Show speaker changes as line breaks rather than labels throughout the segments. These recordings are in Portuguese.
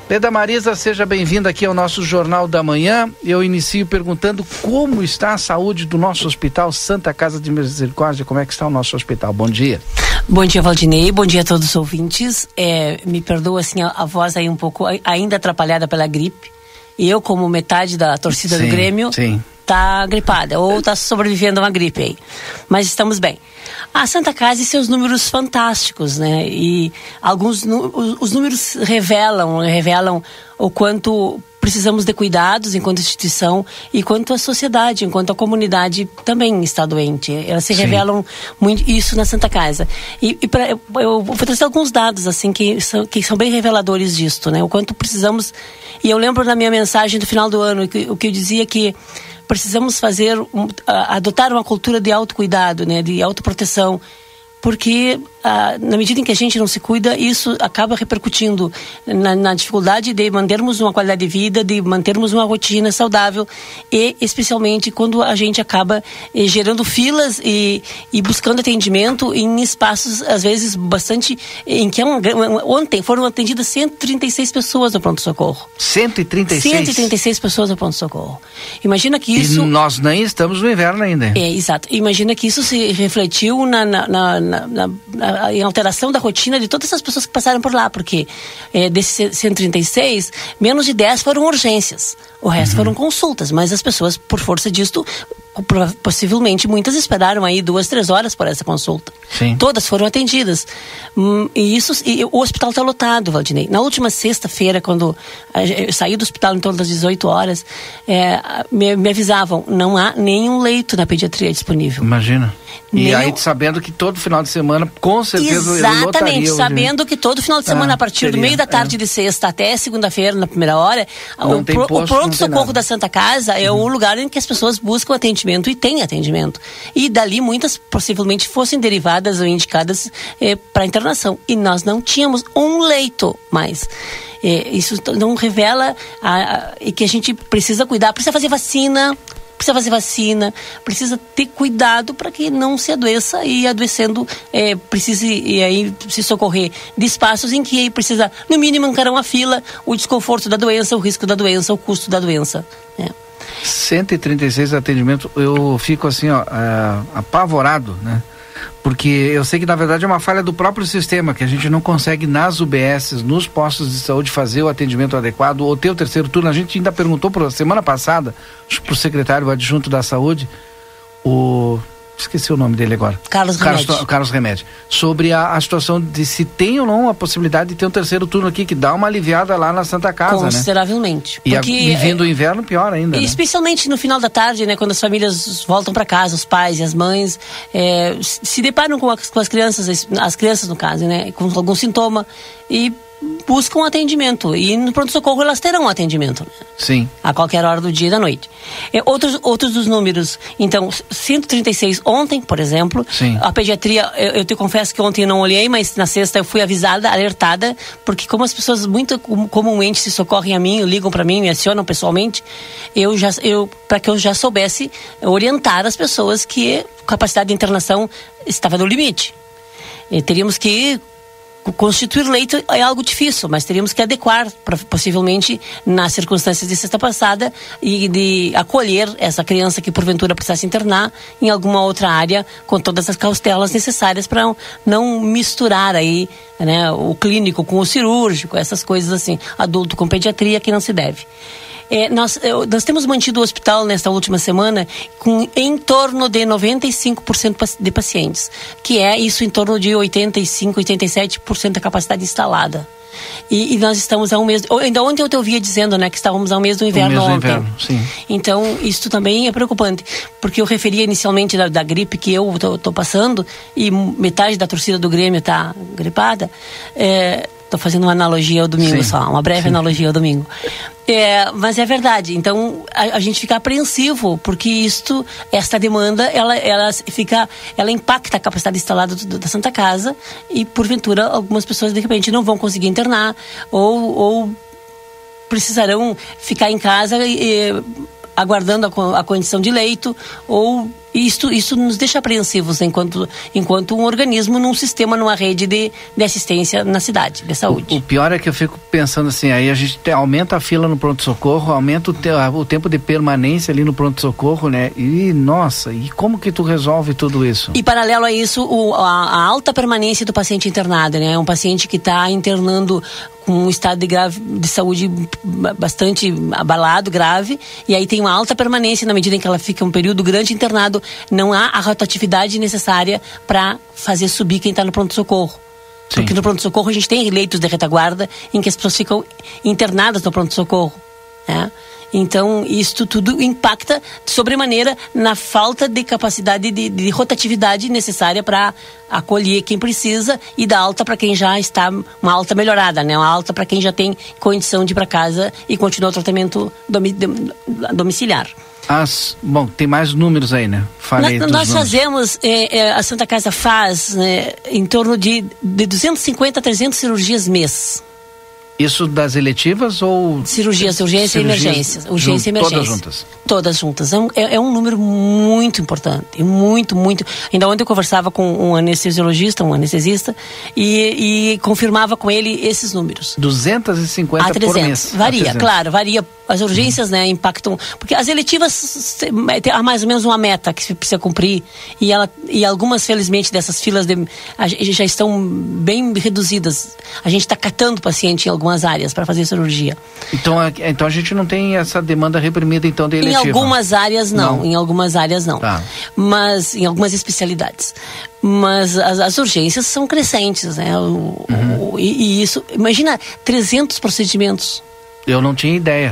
Leda Marisa, seja bem-vinda aqui ao nosso Jornal da Manhã. Eu inicio perguntando como está a saúde do nosso hospital Santa Casa de Misericórdia. Como é que está o nosso hospital? Bom dia.
Bom dia, Valdinei. Bom dia a todos os ouvintes. Me perdoa assim a voz aí um pouco ainda atrapalhada pela gripe. Eu, como metade da torcida do Grêmio, tá gripada ou tá sobrevivendo a uma gripe aí. Mas estamos bem. A Santa Casa e seus números fantásticos, né? E os números revelam o quanto precisamos de cuidados enquanto instituição e quanto a sociedade, enquanto a comunidade também está doente. Elas se revelam muito isso na Santa Casa. Eu vou trazer alguns dados assim que são bem reveladores disto, né? O quanto precisamos. E eu lembro na minha mensagem do final do ano o que eu dizia que precisamos adotar uma cultura de autocuidado, né, de autoproteção, porque na medida em que a gente não se cuida, isso acaba repercutindo na dificuldade de mantermos uma qualidade de vida, de mantermos uma rotina saudável e especialmente quando a gente acaba gerando filas e buscando atendimento em espaços, às vezes, bastante... Ontem foram atendidas 136 pessoas no pronto-socorro.
136?
136 pessoas no pronto-socorro. Imagina que isso...
E nós nem estamos no inverno ainda.
Exato. Imagina que isso se refletiu em alteração da rotina de todas essas pessoas que passaram por lá, porque desses 136, menos de 10 foram urgências, o resto foram consultas, mas as pessoas, por força disto, possivelmente muitas esperaram aí 2-3 horas por essa consulta. Todas foram atendidas. E o hospital está lotado, Valdinei. Na última sexta-feira, quando eu saí do hospital em torno das 18 horas, me avisavam, não há nenhum leito na pediatria disponível.
Imagina. E aí, sabendo que todo final de semana, com certeza,
exatamente, sabendo que todo final de semana, a partir do meio da tarde de sexta até segunda-feira, na primeira hora, o pronto-socorro da Santa Casa é o lugar em que as pessoas buscam atendimento e têm atendimento. E dali, muitas possivelmente fossem derivadas ou indicadas para internação. E nós não tínhamos um leito mais. Isso não revela que a gente precisa cuidar, precisa fazer vacina, precisa ter cuidado para que não se adoeça e adoecendo precise aí se socorrer de espaços em que precisa, no mínimo, encarar uma fila, o desconforto da doença, o risco da doença, o custo da doença.
136 atendimentos, eu fico assim, apavorado, né? Porque eu sei que na verdade é uma falha do próprio sistema, que a gente não consegue nas UBSs, nos postos de saúde, fazer o atendimento adequado ou ter o terceiro turno. A gente ainda perguntou semana passada para o secretário adjunto da saúde, esqueci o nome dele agora. Carlos Remédio. Sobre a situação de se tem ou não a possibilidade de ter um terceiro turno aqui, que dá uma aliviada lá na Santa Casa,
consideravelmente.
Né? E vindo o inverno, pior ainda.
Especialmente no final da tarde, né, quando as famílias voltam para casa, os pais e as mães se deparam com as crianças no caso, né, com algum sintoma e buscam atendimento, e no pronto-socorro elas terão atendimento, né?
Sim.
A qualquer hora do dia e da noite. Outros dos números, então, 136 ontem, por exemplo.
Sim.
A pediatria, eu te confesso que ontem eu não olhei, mas na sexta eu fui avisada, alertada, porque como as pessoas muito comumente se socorrem a mim, ligam para mim, me acionam pessoalmente, para que eu já soubesse orientar as pessoas que a capacidade de internação estava no limite. Teríamos que constituir leito é algo difícil, mas teríamos que adequar, possivelmente, nas circunstâncias de sexta passada, e de acolher essa criança que porventura precisasse internar em alguma outra área, com todas as cautelas necessárias para não misturar aí, né, o clínico com o cirúrgico, essas coisas assim, adulto com pediatria, que não se deve. Nós temos mantido o hospital nesta última semana com em torno de 95% de pacientes, que é isso em torno de 85, 87% da capacidade instalada. E nós estamos a um mês... Ainda ontem eu te ouvia dizendo, né, que estávamos a um mês do inverno ontem.
Sim.
Então, isso também é preocupante, porque eu referia inicialmente da gripe que eu estou passando, e metade da torcida do Grêmio está gripada. Estou fazendo uma analogia ao domingo só, uma breve analogia ao domingo. Mas é verdade. Então, a gente fica apreensivo, porque esta demanda, ela impacta a capacidade instalada da Santa Casa, e, porventura, algumas pessoas, de repente, não vão conseguir internar, ou precisarão ficar em casa aguardando a condição de leito, ou isso nos deixa apreensivos enquanto um organismo num sistema, numa rede de assistência na cidade, de saúde.
O pior é que eu fico pensando assim, aí a gente aumenta a fila no pronto-socorro, aumenta o tempo de permanência ali no pronto-socorro, né? E, nossa, e como que tu resolve tudo isso?
E paralelo a isso, a alta permanência do paciente internado, né? É um paciente que está internando com um estado de saúde bastante abalado, grave, e aí tem uma alta permanência na medida em que ela fica um período grande internado, não há a rotatividade necessária para fazer subir quem está no pronto-socorro. Sim. Porque no pronto-socorro a gente tem leitos de retaguarda em que as pessoas ficam internadas no pronto-socorro, né? Então, isso tudo impacta de sobremaneira na falta de capacidade de rotatividade necessária para acolher quem precisa e dar alta para quem já está, uma alta melhorada, né? Uma alta para quem já tem condição de ir para casa e continuar o tratamento domiciliar.
Bom, tem mais números aí, né?
Nós fazemos, a Santa Casa faz, né, em torno de 250 a 300 cirurgias mês.
Isso das eletivas ou...
Cirurgias, urgência e emergência. Urgência e emergência.
Todas juntas?
Todas juntas. É um número muito importante. Muito. Ainda ontem eu conversava com um anestesiologista, um anestesista, e confirmava com ele esses números.
250 por mês?
Varia, claro, varia. As urgências, né, impactam... Porque as eletivas há mais ou menos uma meta que se precisa cumprir. E algumas, felizmente, dessas filas já estão bem reduzidas. A gente está catando paciente em algumas áreas para fazer cirurgia.
Então a gente não tem essa demanda reprimida, então, de eletiva?
Em algumas áreas, não. Em algumas áreas, não. Tá. Mas em algumas especialidades. Mas as urgências são crescentes, né? E isso... Imagina 300 procedimentos.
Eu não tinha ideia.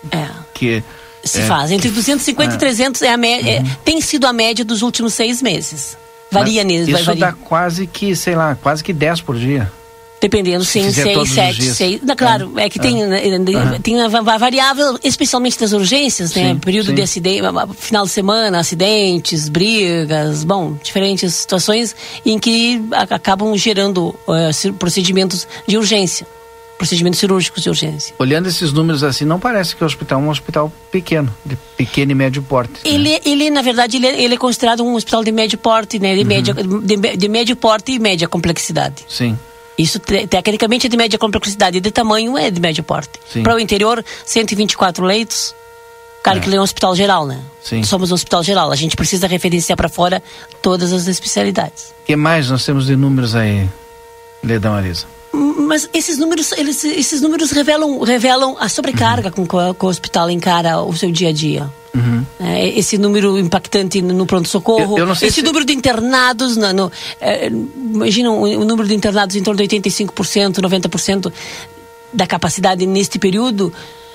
Se faz entre 250 e 300 é a média, tem sido a média dos últimos 6 meses. Varia nisso.
Isso dá quase que 10 por dia.
Dependendo, sim, 6, 7, 6. Claro, tem a variável, especialmente das urgências, né? Período de acidente, final de semana, acidentes, brigas, diferentes situações em que acabam gerando procedimentos de urgência. Procedimentos cirúrgicos de urgência.
Olhando esses números assim, não parece que o hospital é um hospital pequeno, de pequeno e médio porte.
Ele na verdade, ele é considerado um hospital de médio porte, né? De médio porte e média complexidade.
Sim.
Isso, tecnicamente, é de média complexidade, de tamanho é de médio porte. Para o interior, 124 leitos. Claro que ele é um hospital geral, né?
Sim.
Somos um hospital geral. A gente precisa referenciar para fora todas as especialidades.
O que mais nós temos de números aí, Leda Marisa?
Mas esses números revelam a sobrecarga com que o hospital encara o seu dia a dia. Esse número impactante no pronto-socorro, esse número de internados, imagina o número de internados em torno de 85%, 90% da capacidade neste período.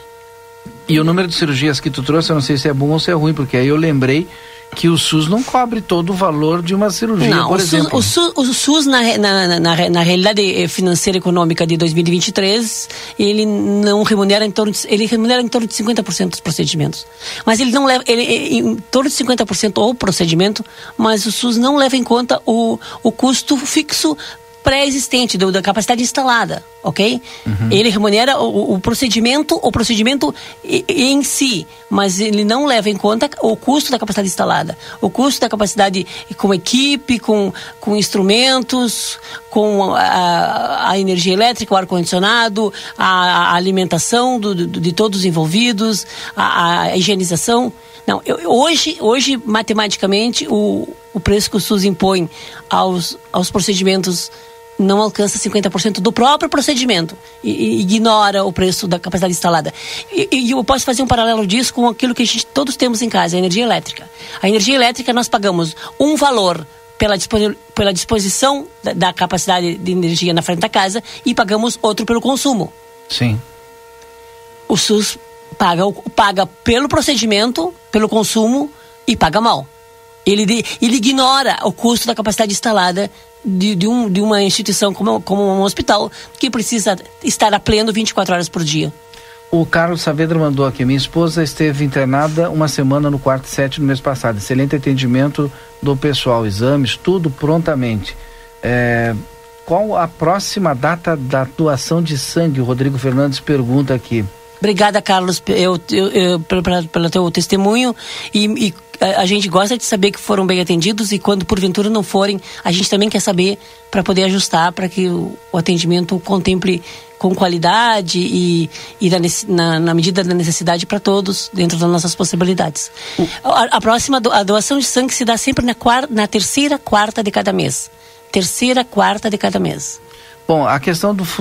E o número de cirurgias que tu trouxe, eu não sei se é bom ou se é ruim, porque aí eu lembrei que o SUS não cobre todo o valor de uma cirurgia, por exemplo.
O SUS na realidade financeira e econômica de 2023, ele não remunera em torno de 50% dos procedimentos. Mas ele não leva, em torno de 50% o procedimento, mas o SUS não leva em conta o custo fixo pré-existente, da capacidade instalada, ok? Ele remunera o procedimento em si, mas ele não leva em conta o custo da capacidade instalada, o custo da capacidade com equipe, com instrumentos, com a energia elétrica, o ar-condicionado, a alimentação de todos os envolvidos, a higienização. Não, hoje matematicamente, o preço que o SUS impõe aos procedimentos não alcança 50% do próprio procedimento e ignora o preço da capacidade instalada. E eu posso fazer um paralelo disso com aquilo que todos temos em casa, a energia elétrica. A energia elétrica nós pagamos um valor pela disposição da capacidade de energia na frente da casa e pagamos outro pelo consumo.
Sim.
O SUS paga pelo procedimento, pelo consumo e paga mal. Ele ignora o custo da capacidade instalada de uma instituição como um hospital, que precisa estar a pleno 24 horas por dia.
O Carlos Saavedra mandou aqui: minha esposa esteve internada uma semana no quarto 7 no mês passado. Excelente atendimento do pessoal, exames, tudo prontamente. Qual a próxima data da doação de sangue? O Rodrigo Fernandes pergunta aqui.
Obrigada, Carlos, pelo teu testemunho, e a gente gosta de saber que foram bem atendidos, e quando porventura não forem, a gente também quer saber para poder ajustar, para que o atendimento contemple com qualidade e na medida da necessidade para todos, dentro das nossas possibilidades. A próxima, a doação de sangue se dá sempre na terceira quarta de cada mês. Terceira quarta de cada mês.
Bom, a questão do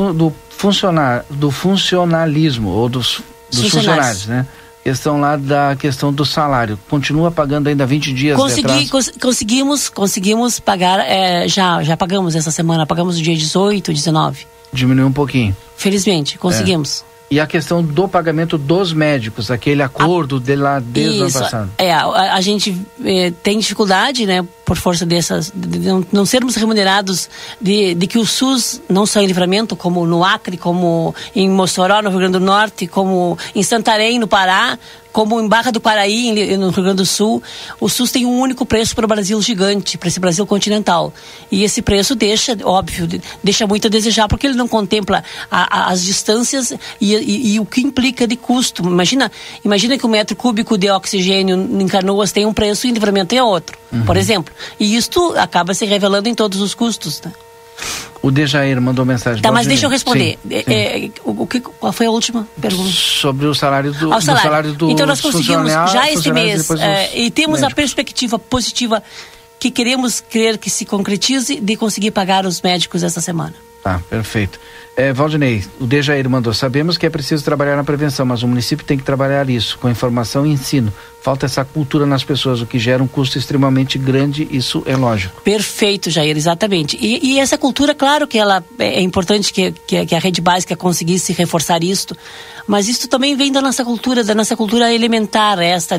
funcionalismo, ou dos funcionários, né? Questão lá da questão do salário. Continua pagando ainda 20 dias de atraso?
Conseguimos pagar, já pagamos essa semana, pagamos no dia 18, 19.
Diminuiu um pouquinho.
Felizmente, conseguimos.
E a questão do pagamento dos médicos, aquele acordo de lá desde o ano passado?
A gente tem dificuldade, né, por força dessas, de não sermos remunerados, de que o SUS, não só em Livramento, como no Acre, como em Mossoró, no Rio Grande do Norte, como em Santarém, no Pará, como em Barra do Quaraí, no Rio Grande do Sul, o SUS tem um único preço para o Brasil gigante, para esse Brasil continental. E esse preço deixa muito a desejar, porque ele não contempla as distâncias e o que implica de custo. Imagina que 1 metro cúbico de oxigênio em Canoas tem um preço e em Livramento tem outro, por exemplo. E isto acaba se revelando em todos os custos, né?
O Dejair mandou mensagem.
Tá, mas deixa eu responder. Sim. Qual foi a última pergunta?
Sobre o salário do salário do
Então nós conseguimos já este mês e temos
médicos.
A perspectiva positiva que queremos crer que se concretize de conseguir pagar os médicos essa semana.
Tá, perfeito. Valdinei, o Dejair mandou: sabemos que é preciso trabalhar na prevenção, mas o município tem que trabalhar isso, com informação e ensino. Falta essa cultura nas pessoas, o que gera um custo extremamente grande, isso é lógico.
Perfeito, Jair, exatamente. E essa cultura, claro que ela é importante que a rede básica conseguisse reforçar isto, mas isso também vem da nossa cultura elementar, esta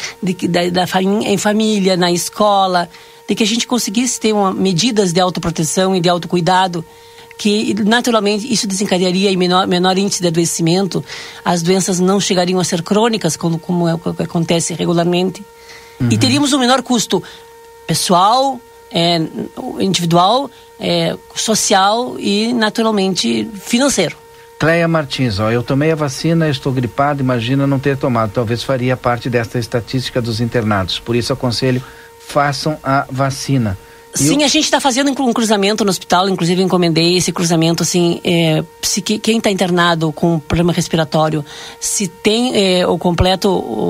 em família, na escola, de que a gente conseguisse ter medidas de autoproteção e de autocuidado, que naturalmente isso desencadearia em menor índice de adoecimento, as doenças não chegariam a ser crônicas, como é o que acontece regularmente, e teríamos um menor custo pessoal, individual, social e naturalmente financeiro.
Cleia Martins, eu tomei a vacina, estou gripado, imagina não ter tomado, talvez faria parte desta estatística dos internados, por isso aconselho, façam a vacina.
Sim, a gente está fazendo um cruzamento no hospital, inclusive encomendei esse cruzamento, assim, quem está internado com problema respiratório, se tem o completo,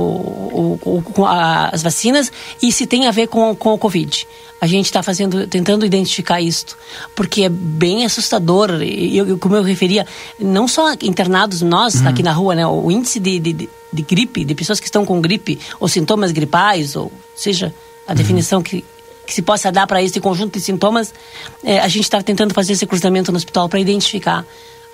as vacinas, e se tem a ver com o Covid. A gente está tentando identificar isto, porque é bem assustador, como eu referia, não só internados nós, aqui na rua, né, o índice de gripe, de pessoas que estão com gripe, ou sintomas gripais, ou seja, a definição que se possa dar para esse conjunto de sintomas, a gente está tentando fazer esse cruzamento no hospital para identificar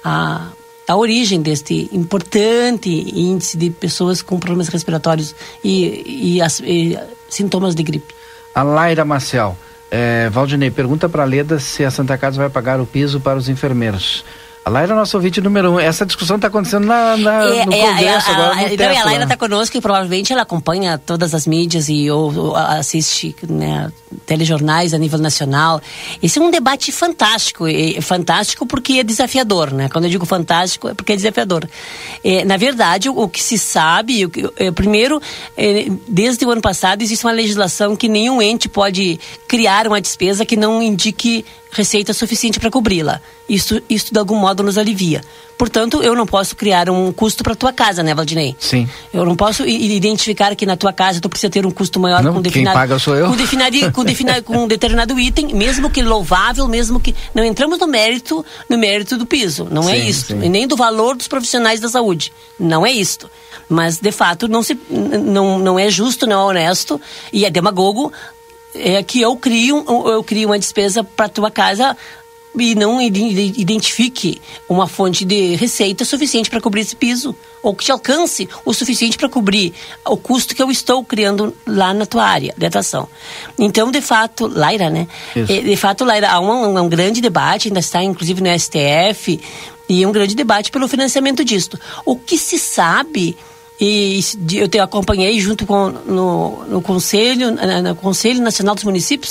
a origem deste importante índice de pessoas com problemas respiratórios e sintomas de gripe.
A Laira Marcial, Valdinei, pergunta para a Leda se a Santa Casa vai pagar o piso para os enfermeiros. A Laira é nosso ouvinte número 1. Essa discussão está acontecendo no Congresso agora, no teto.
A Laira está conosco e provavelmente ela acompanha todas as mídias ou assiste, né, telejornais a nível nacional. Esse é um debate fantástico. Fantástico porque é desafiador, né? Quando eu digo fantástico é porque é desafiador. Na verdade, o que se sabe, primeiro, desde o ano passado existe uma legislação que nenhum ente pode criar uma despesa que não indique receita suficiente para cobri-la. Isso de algum modo nos alivia. Portanto, eu não posso criar um custo para tua casa, né, Valdinei?
Sim.
Eu não posso identificar que na tua casa tu precisa ter um custo maior
com determinado. Quem paga sou eu.
Com um determinado item, mesmo que louvável, mesmo que não entramos no mérito do piso. Não é isto. E nem do valor dos profissionais da saúde. Não é isto. Mas de fato não é justo, não é honesto e é demagogo. Que eu crio uma despesa para tua casa e não identifique uma fonte de receita suficiente para cobrir esse piso, ou que te alcance o suficiente para cobrir o custo que eu estou criando lá na tua área de atuação. Então, de fato, Laira, né? De fato, Laira, há um grande debate, ainda está inclusive no STF, e um grande debate pelo financiamento disto. O que se sabe, e eu acompanhei junto com no Conselho Nacional dos Municípios,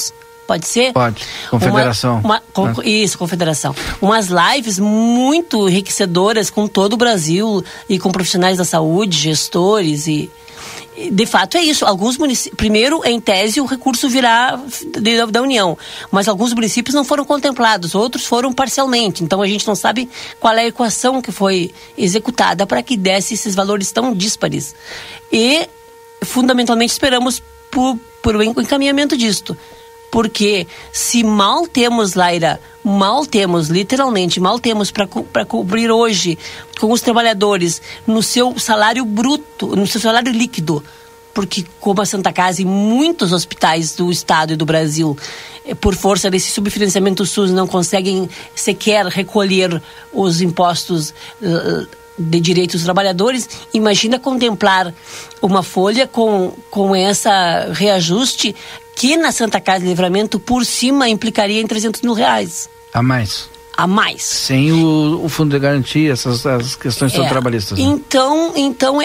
Pode ser?
Pode. Confederação.
Isso, confederação. Umas lives muito enriquecedoras com todo o Brasil e com profissionais da saúde, gestores e de fato é isso. Alguns municípios, primeiro, em tese, o recurso virá da União, mas alguns municípios não foram contemplados, outros foram parcialmente. Então a gente não sabe qual é a equação que foi executada para que desse esses valores tão díspares. E, fundamentalmente, esperamos por o encaminhamento disto. Porque se mal temos, Laira, literalmente, para cobrir hoje com os trabalhadores no seu salário bruto, no seu salário líquido, porque como a Santa Casa e muitos hospitais do Estado e do Brasil, por força desse subfinanciamento do SUS, não conseguem sequer recolher os impostos de direitos dos trabalhadores, imagina contemplar uma folha com essa reajuste que na Santa Casa de Livramento, por cima, implicaria em R$300 mil.
A mais.
Sem
o fundo de garantia, as questões trabalhistas. Né?
Então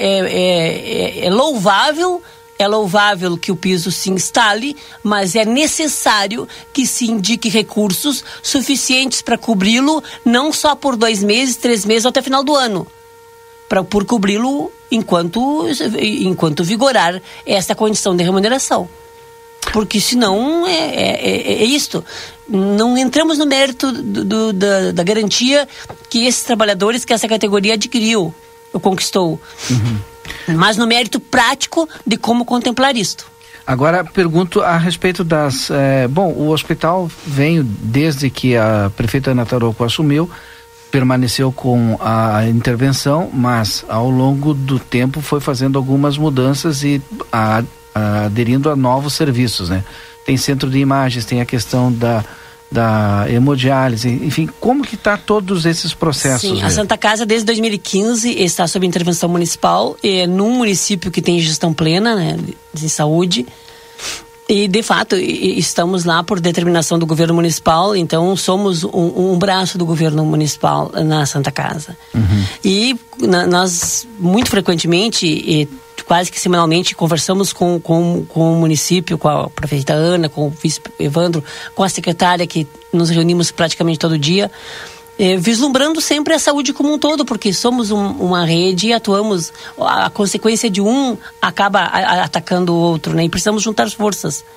é louvável. É louvável que o piso se instale, mas é necessário que se indique recursos suficientes para cobri-lo, não só por 2 meses, 3 meses ou até final do ano, por cobri-lo enquanto vigorar essa condição de remuneração. Porque senão é isto. Não entramos no mérito da garantia que esses trabalhadores, que essa categoria adquiriu ou conquistou.
Uhum.
Mas no mérito prático de como contemplar isto.
Agora, pergunto a respeito das... o hospital veio desde que a prefeita Ana Tarouco assumiu, permaneceu com a intervenção, mas ao longo do tempo foi fazendo algumas mudanças e aderindo a novos serviços, né? Tem centro de imagens, tem a questão da hemodiálise, enfim, como que está todos esses processos?
Sim, a Santa Casa desde 2015 está sob intervenção municipal, num município que tem gestão plena, né, de saúde, e de fato estamos lá por determinação do governo municipal, então somos um braço do governo municipal na Santa Casa.
Uhum.
E nós muito frequentemente quase que semanalmente conversamos com o município, com a prefeita Ana, com o vice Evandro, com a secretária, que nos reunimos praticamente todo dia, vislumbrando sempre a saúde como um todo, porque somos uma rede e atuamos, a consequência de um acaba atacando o outro, né? E precisamos juntar forças.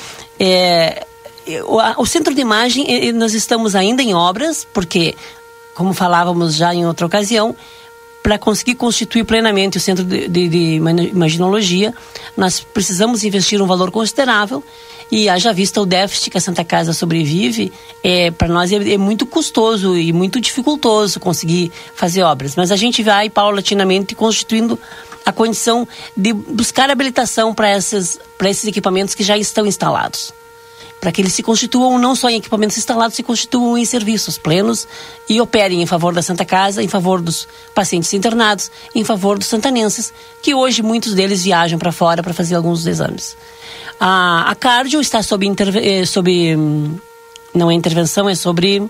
O centro de imagem, nós estamos ainda em obras, porque, como falávamos já em outra ocasião, para conseguir constituir plenamente o Centro de Imaginologia, nós precisamos investir um valor considerável e, haja vista o déficit que a Santa Casa sobrevive, para nós é muito custoso e muito dificultoso conseguir fazer obras. Mas a gente vai paulatinamente constituindo a condição de buscar habilitação para esses equipamentos que já estão instalados, para que eles se constituam não só em equipamentos instalados, se constituam em serviços plenos e operem em favor da Santa Casa, em favor dos pacientes internados, em favor dos santanenses, que hoje muitos deles viajam para fora para fazer alguns exames. A cardio está sob não é intervenção, é sobre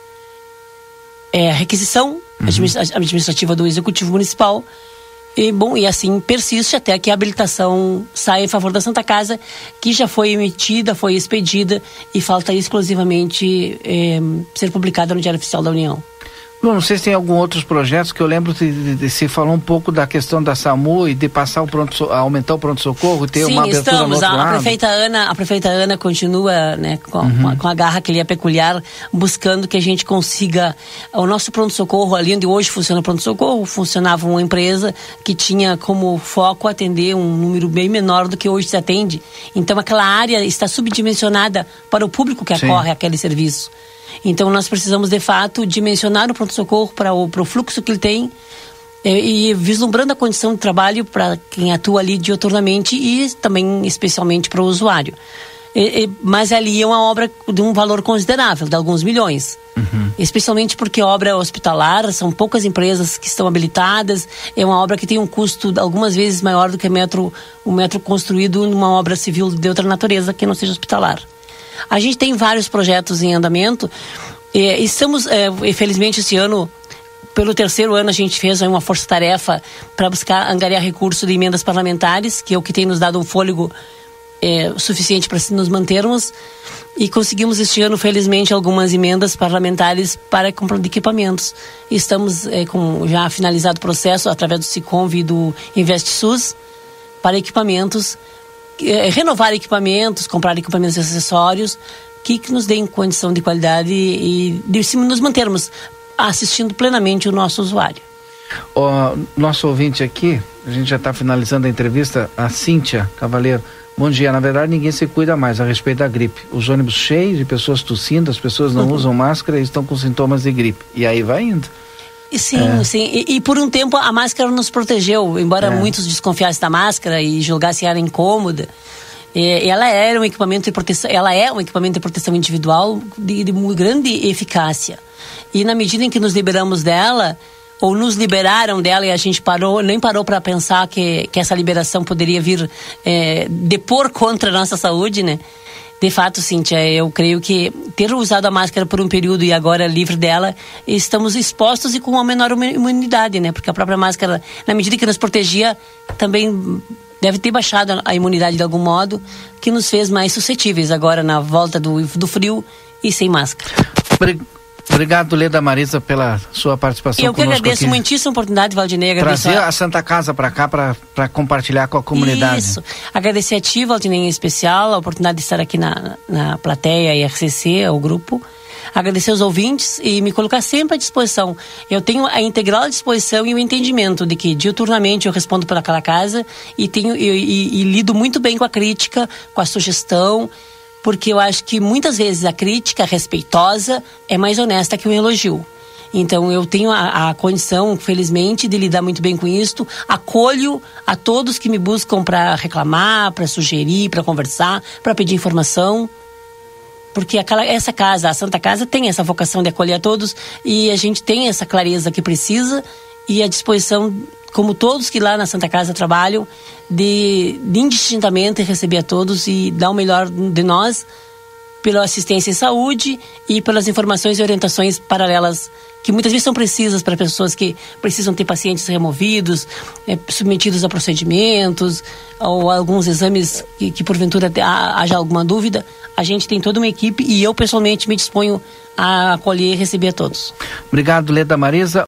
requisição administrativa do Executivo Municipal. E assim persiste até que a habilitação saia em favor da Santa Casa, que já foi emitida, foi expedida e falta exclusivamente ser publicada no Diário Oficial da União.
Bom, não sei se tem algum outros projetos, que eu lembro de se falou um pouco da questão da SAMU e de passar aumentar o pronto-socorro e ter uma abertura no outro lado.
A prefeita Ana continua, né, com a garra que lhe é peculiar, buscando que a gente consiga o nosso pronto-socorro ali onde hoje funciona o pronto-socorro, funcionava uma empresa que tinha como foco atender um número bem menor do que hoje se atende. Então aquela área está subdimensionada para o público que acorre àquele serviço. Então nós precisamos de fato dimensionar o pronto-socorro para o fluxo que ele tem e vislumbrando a condição de trabalho para quem atua ali diuturnamente e também especialmente para o usuário. Mas ali é uma obra de um valor considerável, de alguns milhões. Especialmente porque obra hospitalar, são poucas empresas que estão habilitadas, é uma obra que tem um custo algumas vezes maior do que o metro construído numa obra civil de outra natureza que não seja hospitalar. A gente tem vários projetos em andamento. Estamos, infelizmente, esse ano, pelo 3º ano, a gente fez uma força-tarefa para buscar angariar recurso de emendas parlamentares, que é o que tem nos dado um fôlego suficiente para nos mantermos, e conseguimos este ano, felizmente, algumas emendas parlamentares para a compra de equipamentos. Estamos com já finalizado o processo através do Siconv e do InvestSUS para equipamentos, renovar equipamentos, comprar equipamentos e acessórios que nos deem condição de qualidade e de nos mantermos assistindo plenamente o nosso usuário.
O nosso ouvinte aqui, a gente já está finalizando a entrevista, a Cíntia Cavaleiro. Bom dia, na verdade ninguém se cuida mais a respeito da gripe. Os ônibus cheios de pessoas tossindo, as pessoas não usam máscara e estão com sintomas de gripe. E aí vai indo.
Sim, sim. E por um tempo a máscara nos protegeu, embora muitos desconfiassem da máscara e julgassem ela incômoda. Ela era um equipamento de proteção, ela é um equipamento de proteção individual de grande eficácia. E na medida em que nos liberamos dela, ou nos liberaram dela, e a gente nem parou para pensar que essa liberação poderia vir depor contra a nossa saúde, né? De fato, Cíntia, eu creio que ter usado a máscara por um período e agora livre dela, estamos expostos e com uma menor imunidade, né? Porque a própria máscara, na medida que nos protegia, também deve ter baixado a imunidade de algum modo, que nos fez mais suscetíveis agora na volta do frio e sem máscara.
Obrigado, Leda Marisa, pela sua participação conosco.
Eu que agradeço muitíssimo a oportunidade, Valdinei.
Trazer a Santa Casa para cá para compartilhar com a comunidade.
Isso. Agradecer a ti, Valdinei, em especial, a oportunidade de estar aqui na plateia e RCC, o grupo. Agradecer aos ouvintes e me colocar sempre à disposição. Eu tenho a integral disposição e o entendimento de que diuturnamente eu respondo pelaquela casa e lido muito bem com a crítica, com a sugestão, porque eu acho que muitas vezes a crítica respeitosa é mais honesta que um elogio. Então eu tenho a condição, felizmente, de lidar muito bem com isso. Acolho a todos que me buscam para reclamar, para sugerir, para conversar, para pedir informação. Porque essa casa, a Santa Casa, tem essa vocação de acolher a todos e a gente tem essa clareza que precisa e a disposição, como todos que lá na Santa Casa trabalham, de indistintamente receber a todos e dar o melhor de nós pela assistência em saúde e pelas informações e orientações paralelas que muitas vezes são precisas para pessoas que precisam ter pacientes removidos, submetidos a procedimentos ou alguns exames que porventura haja alguma dúvida. A gente tem toda uma equipe e eu pessoalmente me disponho a acolher e receber a todos.
Obrigado, Leda Marisa.